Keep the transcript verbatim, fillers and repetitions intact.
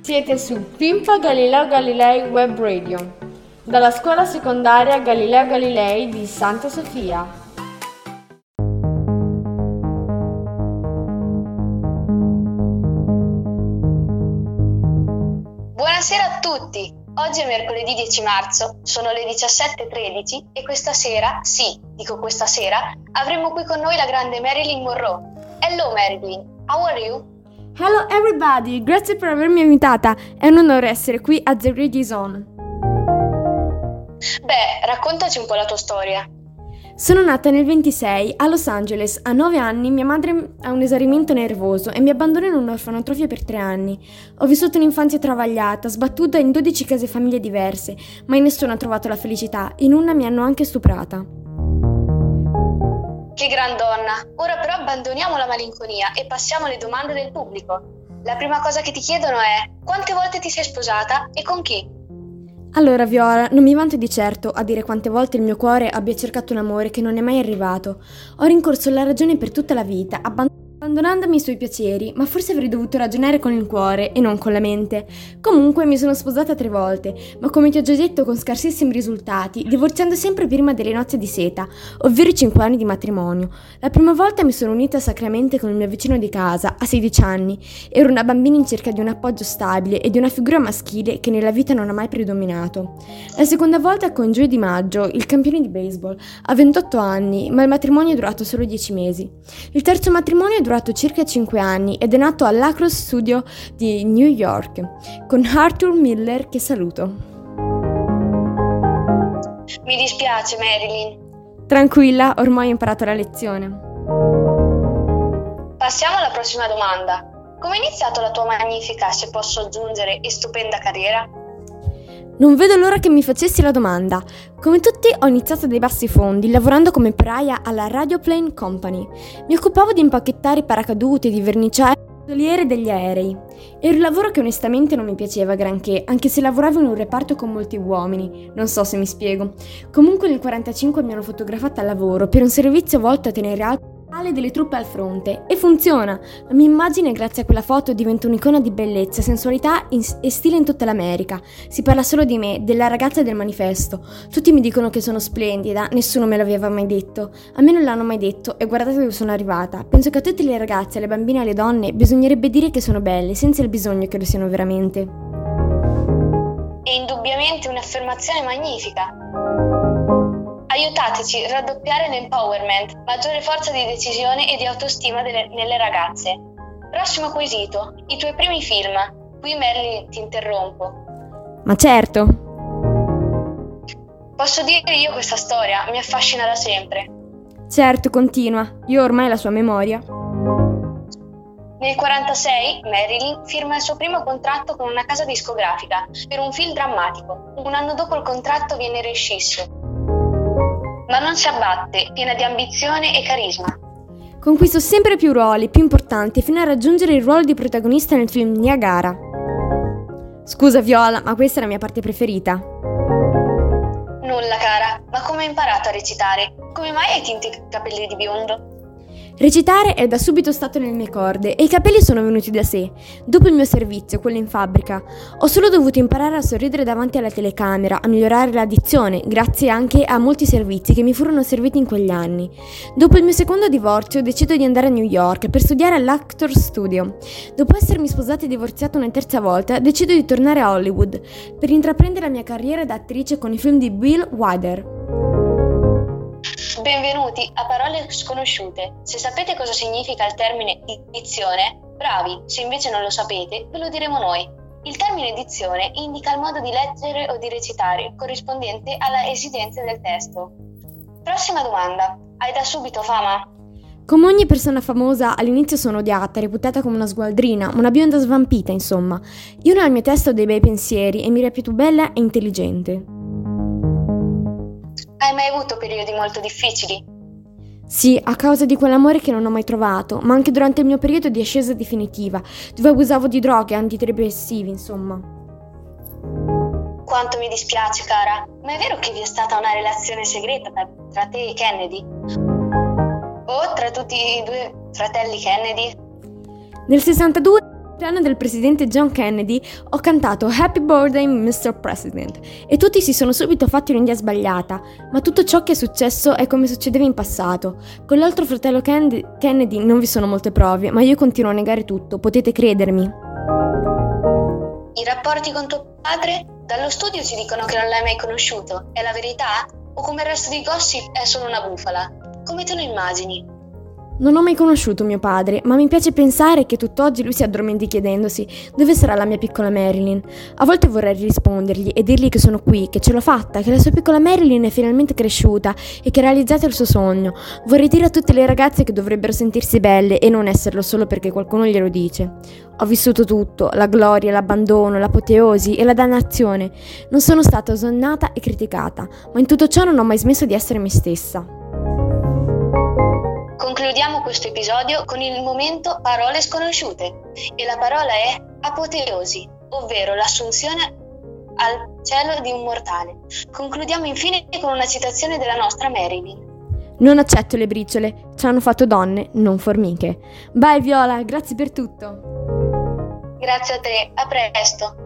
Siete su Finfa Galileo Galilei Web Radio, dalla scuola secondaria Galileo Galilei di Santa Sofia. Buonasera a tutti! Oggi è mercoledì dieci marzo, sono le diciassette e tredici e questa sera, sì, dico questa sera, avremo qui con noi la grande Marilyn Monroe. Hello Marilyn, how are you? Hello everybody, grazie per avermi invitata, è un onore essere qui a The Radio Zone. Beh, raccontaci un po' la tua storia. Sono nata nel ventisei a Los Angeles. A nove anni mia madre ha un esaurimento nervoso e mi abbandonò in un orfanotrofio per tre anni. Ho vissuto un'infanzia travagliata, sbattuta in dodici case famiglie diverse, ma in nessuna ho trovato la felicità. In una mi hanno anche stuprata. Che gran donna! Ora però abbandoniamo la malinconia e passiamo alle domande del pubblico. La prima cosa che ti chiedono è: quante volte ti sei sposata e con chi? Allora Viola, non mi vanto di certo a dire quante volte il mio cuore abbia cercato un amore che non è mai arrivato. Ho rincorso la ragione per tutta la vita, abbandonandomi i suoi piaceri, ma forse avrei dovuto ragionare con il cuore e non con la mente. Comunque mi sono sposata tre volte, ma come ti ho già detto con scarsissimi risultati, divorziando sempre prima delle nozze di seta, ovvero i cinque anni di matrimonio. La prima volta mi sono unita sacramente con il mio vicino di casa, a sedici anni. Ero una bambina in cerca di un appoggio stabile e di una figura maschile che nella vita non ha mai predominato. La seconda volta con Joey Di Maggio, il campione di baseball, a ventotto anni, ma il matrimonio è durato solo dieci mesi. Il terzo matrimonio è durato circa cinque anni ed è nato all'Acros Studio di New York, con Arthur Miller, che saluto. Mi dispiace, Marilyn. Tranquilla, ormai ho imparato la lezione. Passiamo alla prossima domanda. Come è iniziata la tua magnifica, se posso aggiungere, e stupenda carriera? Non vedo l'ora che mi facessi la domanda. Come tutti ho iniziato dai bassi fondi, lavorando come operaia alla Radioplane Company. Mi occupavo di impacchettare i paracadute, di verniciare le gondoliere degli aerei. Era un lavoro che onestamente non mi piaceva granché, anche se lavoravo in un reparto con molti uomini. Non so se mi spiego. Comunque nel quarantacinque mi hanno fotografata al lavoro per un servizio volto a tenere alto delle truppe al fronte, e funziona. La mia immagine grazie a quella foto diventa un'icona di bellezza, sensualità e stile in tutta l'America. Si parla solo di me, della ragazza del manifesto. Tutti mi dicono che sono splendida, nessuno me l'aveva mai detto. A me non l'hanno mai detto e guardate dove sono arrivata. Penso che a tutte le ragazze, alle bambine e alle donne bisognerebbe dire che sono belle, senza il bisogno che lo siano veramente. È indubbiamente un'affermazione magnifica. Aiutateci a raddoppiare l'empowerment, maggiore forza di decisione e di autostima delle, nelle ragazze. Prossimo quesito, i tuoi primi film. Qui Marilyn ti interrompo. Ma certo. Posso dire io questa storia, mi affascina da sempre. Certo, continua, io ormai la sua memoria. Nel quarantasei Marilyn firma il suo primo contratto con una casa discografica per un film drammatico. Un anno dopo il contratto viene rescisso. Ma non si abbatte, piena di ambizione e carisma. Conquistò sempre più ruoli, più importanti, fino a raggiungere il ruolo di protagonista nel film Niagara. Scusa Viola, ma questa è la mia parte preferita. Nulla cara, ma come hai imparato a recitare? Come mai hai tinto i capelli di biondo? Recitare è da subito stato nelle mie corde e i capelli sono venuti da sé. Dopo il mio servizio, quello in fabbrica, ho solo dovuto imparare a sorridere davanti alla telecamera, a migliorare la dizione, grazie anche a molti servizi che mi furono serviti in quegli anni. Dopo il mio secondo divorzio decido di andare a New York per studiare all'Actors Studio. Dopo essermi sposata e divorziata una terza volta, decido di tornare a Hollywood per intraprendere la mia carriera da attrice con i film di Bill Wilder. Benvenuti a Parole Sconosciute. Se sapete cosa significa il termine dizione, bravi, se invece non lo sapete, ve lo diremo noi. Il termine dizione indica il modo di leggere o di recitare corrispondente alla esigenza del testo. Prossima domanda. Hai da subito fama? Come ogni persona famosa, all'inizio sono odiata, reputata come una sgualdrina, una bionda svampita, insomma. Io nel mio testo ho dei bei pensieri e mi reputo bella e intelligente. Hai mai avuto periodi molto difficili? Sì, a causa di quell'amore che non ho mai trovato, ma anche durante il mio periodo di ascesa definitiva, dove abusavo di droghe e antidepressivi, insomma. Quanto mi dispiace, cara. Ma è vero che vi è stata una relazione segreta tra te e Kennedy? O tra tutti i due fratelli Kennedy? Nel sessantadue L'anno del presidente John Kennedy ho cantato Happy Birthday mister President e tutti si sono subito fatti un'idea sbagliata, ma tutto ciò che è successo è come succedeva in passato. Con l'altro fratello Kennedy non vi sono molte prove, ma io continuo a negare tutto, potete credermi. I rapporti con tuo padre? Dallo studio ci dicono che non l'hai mai conosciuto. È la verità? O come il resto dei gossip è solo una bufala? Come te lo immagini? Non ho mai conosciuto mio padre, ma mi piace pensare che tutt'oggi lui si addormenti chiedendosi dove sarà la mia piccola Marilyn. A volte vorrei rispondergli e dirgli che sono qui, che ce l'ho fatta, che la sua piccola Marilyn è finalmente cresciuta e che ha realizzato il suo sogno. Vorrei dire a tutte le ragazze che dovrebbero sentirsi belle e non esserlo solo perché qualcuno glielo dice. Ho vissuto tutto, la gloria, l'abbandono, l'apoteosi e la dannazione. Non sono stata osannata e criticata, ma in tutto ciò non ho mai smesso di essere me stessa. Concludiamo questo episodio con il momento parole sconosciute e la parola è apoteosi, ovvero l'assunzione al cielo di un mortale. Concludiamo infine con una citazione della nostra Marilyn. Non accetto le briciole, ci hanno fatto donne, non formiche. Bye Viola, grazie per tutto. Grazie a te, a presto.